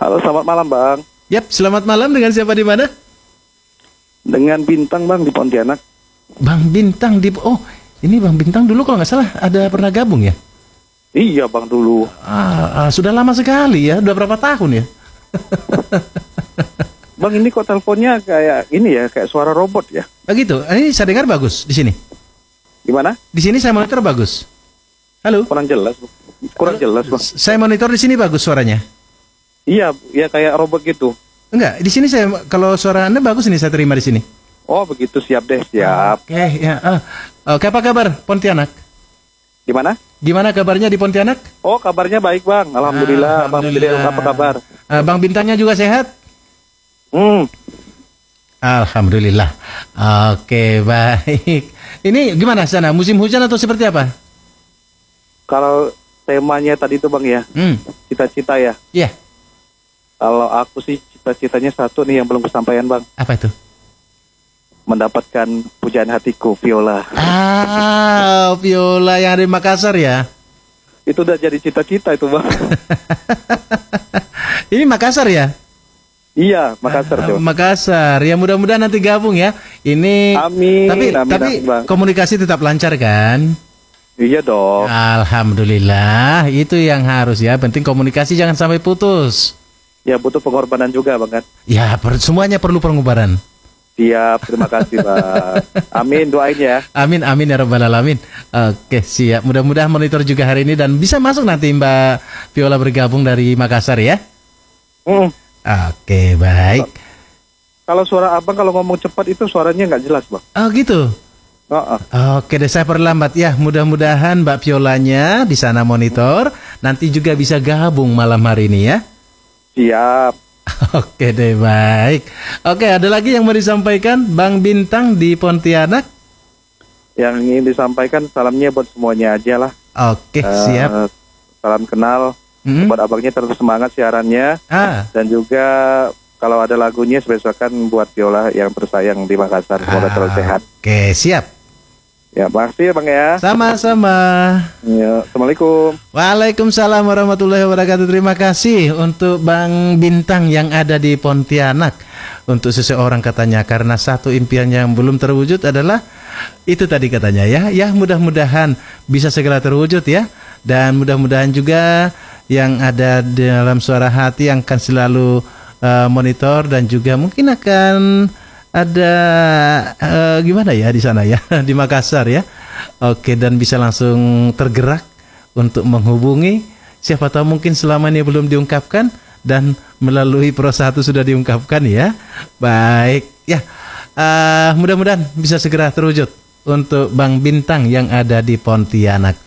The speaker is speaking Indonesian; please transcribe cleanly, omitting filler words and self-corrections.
Halo, selamat malam Bang. Yap, selamat malam. Dengan siapa di mana? Dengan Bintang Bang di Pontianak. Bang Bintang di... Oh, ini Bang Bintang dulu kalau nggak salah ada pernah gabung ya? Iya Bang dulu. Sudah lama sekali ya. Udah berapa tahun ya? Bang ini kok teleponnya kayak ini ya, kayak suara robot ya? Begitu. Ini saya dengar bagus di sini. Gimana? Di sini saya monitor bagus. Halo. Kurang jelas, Bang. Kurang jelas Bang. Saya monitor di sini bagus suaranya. Iya, ya kayak robot gitu. Enggak, di sini saya kalau suara Anda bagus ini saya terima di sini. Oh begitu, siap deh, siap. Oke, ya. Oke, apa kabar Pontianak? Gimana? Gimana kabarnya di Pontianak? Oh kabarnya baik Bang, Alhamdulillah. Bang Bintang apa kabar? Bang Bintangnya juga sehat? Alhamdulillah. Oke, baik. Ini gimana sana? Musim hujan atau seperti apa? Kalau temanya tadi itu Bang ya, cita-cita ya. Iya. Kalau aku sih cita-citanya satu nih yang belum kesampaian Bang. Apa itu? Mendapatkan pujaan hatiku, viola. Viola yang ada di Makassar ya? Itu udah jadi cita-cita itu Bang. Ini Makassar ya? Iya, Makassar tuh. Makassar. Ya mudah-mudahan nanti gabung ya. Ini. Amin. Tapi Bang. Komunikasi tetap lancar kan? Iya dong. Alhamdulillah. Itu yang harus ya. Penting komunikasi jangan sampai putus. Ya butuh pengorbanan juga Bang kan. Ya semuanya perlu pengorbanan. Siap, terima kasih Bang. Amin, doain ya. Amin ya rabbal alamin. Oke, siap. Mudah-mudahan monitor juga hari ini dan bisa masuk nanti Mbak Viola bergabung dari Makassar ya. Oke, baik. Kalau suara Abang kalau ngomong cepat itu suaranya nggak jelas Bang. Oh gitu. Oke deh, saya perlambat ya. Mudah-mudahan Mbak Violanya di sana monitor nanti juga bisa gabung malam hari ini ya. Siap. Oke deh, baik. Oke, ada lagi yang mau disampaikan Bang Bintang di Pontianak? Yang ingin disampaikan salamnya buat semuanya aja lah. Oke, siap. Salam kenal. Buat Abangnya terus semangat siarannya. Dan juga kalau ada lagunya spesialkan buat Viola yang tersayang di Makassar. Semoga terus sehat. Oke, siap. Ya, makasih Bang ya. Sama-sama. Ya, Assalamualaikum. Waalaikumsalam warahmatullahi wabarakatuh. Terima kasih untuk Bang Bintang yang ada di Pontianak. Untuk seseorang katanya, karena satu impian yang belum terwujud adalah itu tadi katanya ya. Ya mudah-mudahan bisa segera terwujud ya. Dan mudah-mudahan juga yang ada dalam suara hati yang akan selalu monitor dan juga mungkin akan ada gimana ya di sana ya, di Makassar ya. Oke, dan bisa langsung tergerak untuk menghubungi. Siapa tahu mungkin selama ini belum diungkapkan dan melalui Pro 1 sudah diungkapkan ya. Baik ya, mudah-mudahan bisa segera terwujud untuk Bang Bintang yang ada di Pontianak.